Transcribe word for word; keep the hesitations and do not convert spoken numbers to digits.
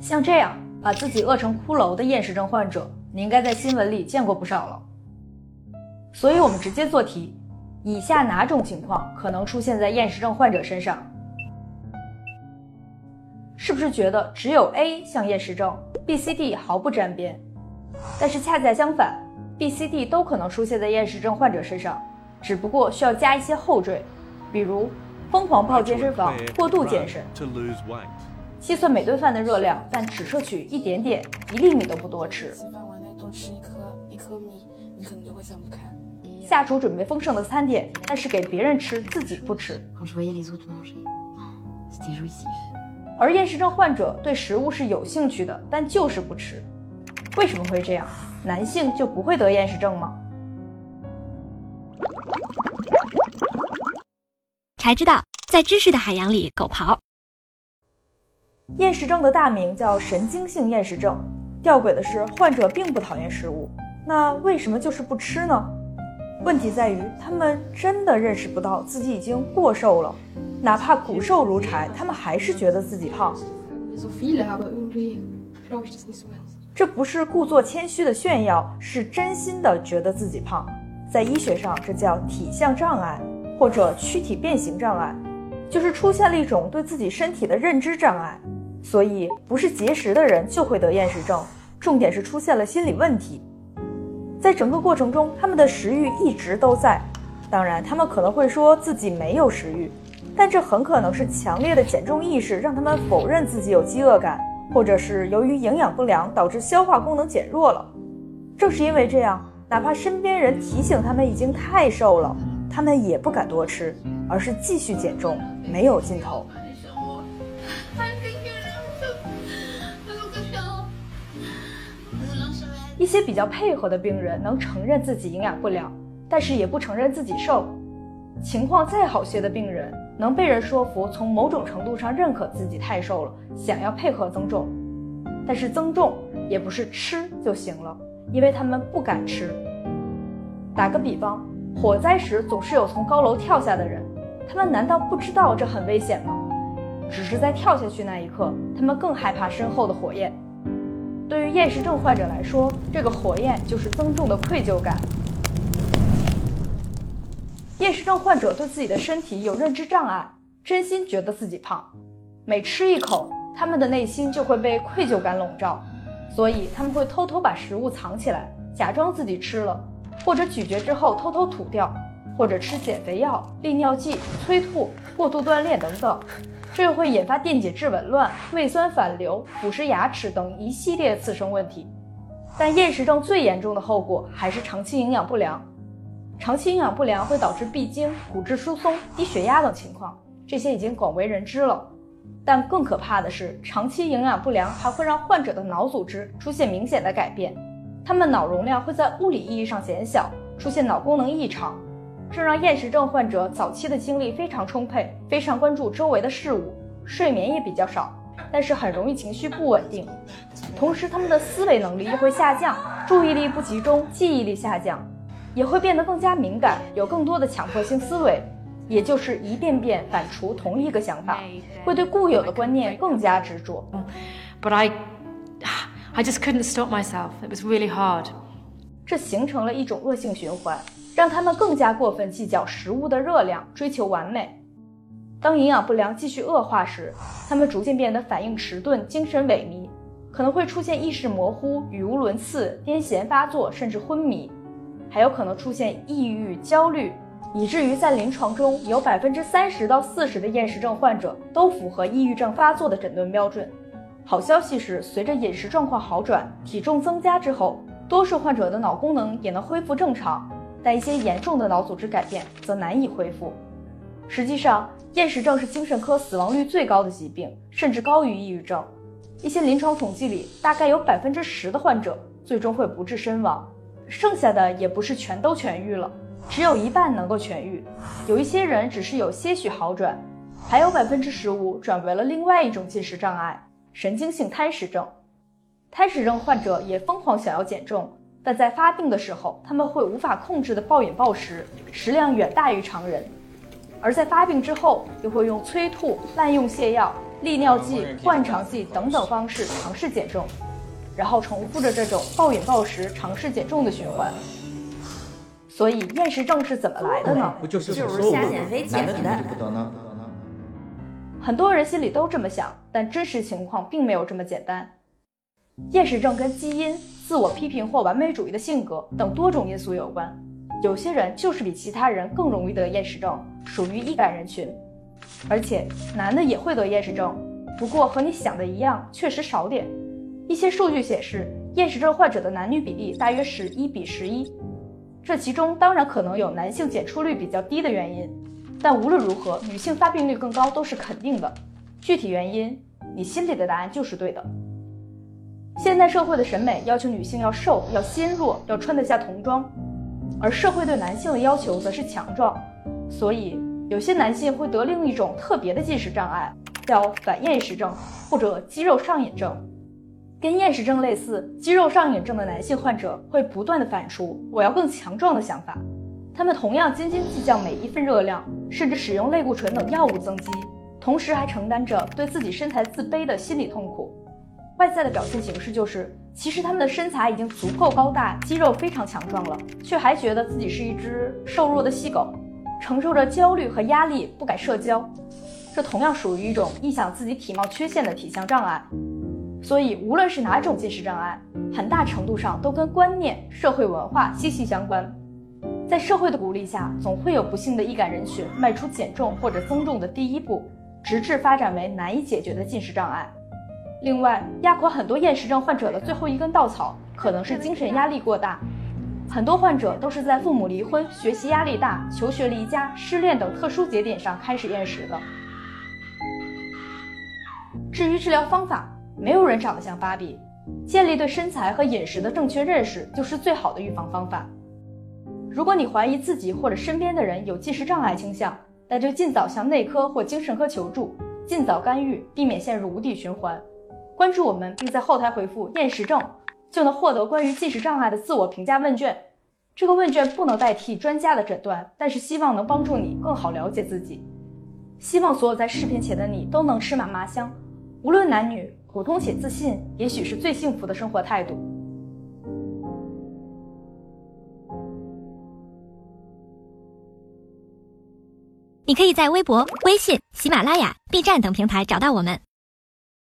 像这样把自己饿成骷髅的厌食症患者，你应该在新闻里见过不少了。所以我们直接做题，以下哪种情况可能出现在厌食症患者身上？是不是觉得只有 A 像厌食症， B、C、D 毫不沾边？但是恰恰相反， B、C、D 都可能出现在厌食症患者身上，只不过需要加一些后缀，比如疯狂泡健身房、过度健身，计算每顿饭的热量，但只摄取一点点，一粒米都不多吃。 吃饭完了多吃一颗一颗米，你可能就会想不开。 下厨准备丰盛的餐点，但是给别人吃，自己不吃。而厌食症患者对食物是有兴趣的，但就是不吃。为什么会这样？男性就不会得厌食症吗？ 才知道，在知识的海洋里狗刨。 厌食症的大名叫神经性厌食症，吊诡的是，患者并不讨厌食物，那为什么就是不吃呢？问题在于，他们真的认识不到自己已经过瘦了，哪怕骨瘦如柴，他们还是觉得自己胖。这不是故作谦虚的炫耀，是真心的觉得自己胖。在医学上，这叫体相障碍或者躯体变形障碍，就是出现了一种对自己身体的认知障碍。所以不是节食的人就会得厌食症，重点是出现了心理问题。在整个过程中，他们的食欲一直都在，当然他们可能会说自己没有食欲，但这很可能是强烈的减重意识让他们否认自己有饥饿感，或者是由于营养不良导致消化功能减弱了。正是因为这样，哪怕身边人提醒他们已经太瘦了，他们也不敢多吃，而是继续减重，没有尽头。一些比较配合的病人能承认自己营养不良，但是也不承认自己瘦。情况再好些的病人能被人说服，从某种程度上认可自己太瘦了，想要配合增重。但是增重也不是吃就行了，因为他们不敢吃。打个比方，火灾时总是有从高楼跳下的人，他们难道不知道这很危险吗？只是在跳下去那一刻，他们更害怕身后的火焰。对于厌食症患者来说，这个火焰就是增重的愧疚感。厌食症患者对自己的身体有认知障碍，真心觉得自己胖，每吃一口，他们的内心就会被愧疚感笼罩，所以他们会偷偷把食物藏起来，假装自己吃了，或者咀嚼之后偷偷吐掉，或者吃减肥药、利尿剂、催吐、过度锻炼等等。这又会引发电解质紊乱、胃酸反流、腐蚀牙齿等一系列次生问题。但厌食症最严重的后果还是长期营养不良。长期营养不良会导致闭经、骨质疏松、低血压等情况，这些已经广为人知了。但更可怕的是，长期营养不良还会让患者的脑组织出现明显的改变，他们脑容量会在物理意义上减小，出现脑功能异常。这让厌食症患者早期的精力非常充沛，非常关注周围的事物，睡眠也比较少，但是很容易情绪不稳定。同时他们的思维能力又会下降，注意力不集中，记忆力下降，也会变得更加敏感，有更多的强迫性思维，也就是一遍遍反刍同一个想法，会对固有的观念更加执着。 But I, I just couldn't stop myself. It was really hard. 这形成了一种恶性循环，让他们更加过分计较食物的热量，追求完美。当营养不良继续恶化时，他们逐渐变得反应迟钝，精神萎靡，可能会出现意识模糊、语无伦次、癫痫发作，甚至昏迷，还有可能出现抑郁、焦虑，以至于在临床中有 百分之三十到四十 的厌食症患者都符合抑郁症发作的诊断标准。好消息是，随着饮食状况好转，体重增加之后，多数患者的脑功能也能恢复正常，但一些严重的脑组织改变则难以恢复。实际上，厌食症是精神科死亡率最高的疾病，甚至高于抑郁症。一些临床统计里，大概有 百分之十 的患者最终会不治身亡，剩下的也不是全都痊愈了，只有一半能够痊愈，有一些人只是有些许好转，还有 百分之十五 转为了另外一种进食障碍——神经性贪食症。贪食症患者也疯狂想要减重，但在发病的时候，他们会无法控制的暴饮暴食，食量远大于常人；而在发病之后，又会用催吐、滥用泻药、 利尿剂、灌肠剂等等方式尝试减重，然后重复着这种暴饮暴食尝试减重的循环。所以厌食症是怎么来的呢？ 不就是就是瞎减肥减的。 不得呢？ 很多人心里都这么想，但真实情况并没有这么简单。厌食症跟基因、自我批评或完美主义的性格等多种因素有关。有些人就是比其他人更容易得厌食症，属于易感人群。而且男的也会得厌食症，不过和你想的一样，确实少点。一些数据显示，厌食症患者的男女比例大约是一比十一。这其中当然可能有男性检出率比较低的原因，但无论如何，女性发病率更高都是肯定的。具体原因，你心里的答案就是对的。现代社会的审美要求女性要瘦、要纤弱、要穿得下童装，而社会对男性的要求则是强壮，所以有些男性会得另一种特别的进食障碍，叫反厌食症或者肌肉上瘾症。跟厌食症类似，肌肉上瘾症的男性患者会不断地反刍我要更强壮的想法，他们同样斤斤计较每一份热量，甚至使用类固醇等药物增肌，同时还承担着对自己身材自卑的心理痛苦。外在的表现形式就是，其实他们的身材已经足够高大，肌肉非常强壮了，却还觉得自己是一只瘦弱的细狗，承受着焦虑和压力，不敢社交。这同样属于一种臆想自己体貌缺陷的体相障碍。所以无论是哪种进食障碍，很大程度上都跟观念、社会文化息息相关。在社会的鼓励下，总会有不幸的易感人群迈出减重或者增重的第一步，直至发展为难以解决的进食障碍。另外，压垮很多厌食症患者的最后一根稻草，可能是精神压力过大。很多患者都是在父母离婚、学习压力大、求学离家、失恋等特殊节点上开始厌食的。至于治疗方法，没有人长得像芭比，建立对身材和饮食的正确认识就是最好的预防方法。如果你怀疑自己或者身边的人有进食障碍倾向，那就尽早向内科或精神科求助，尽早干预，避免陷入无底循环。关注我们，并在后台回复厌食症，就能获得关于进食障碍的自我评价问卷。这个问卷不能代替专家的诊断，但是希望能帮助你更好了解自己。希望所有在视频前的你都能吃嘛嘛香，无论男女，普通且自信，也许是最幸福的生活态度。 你可以在微博、微信、喜马拉雅、B 站等平台找到我们。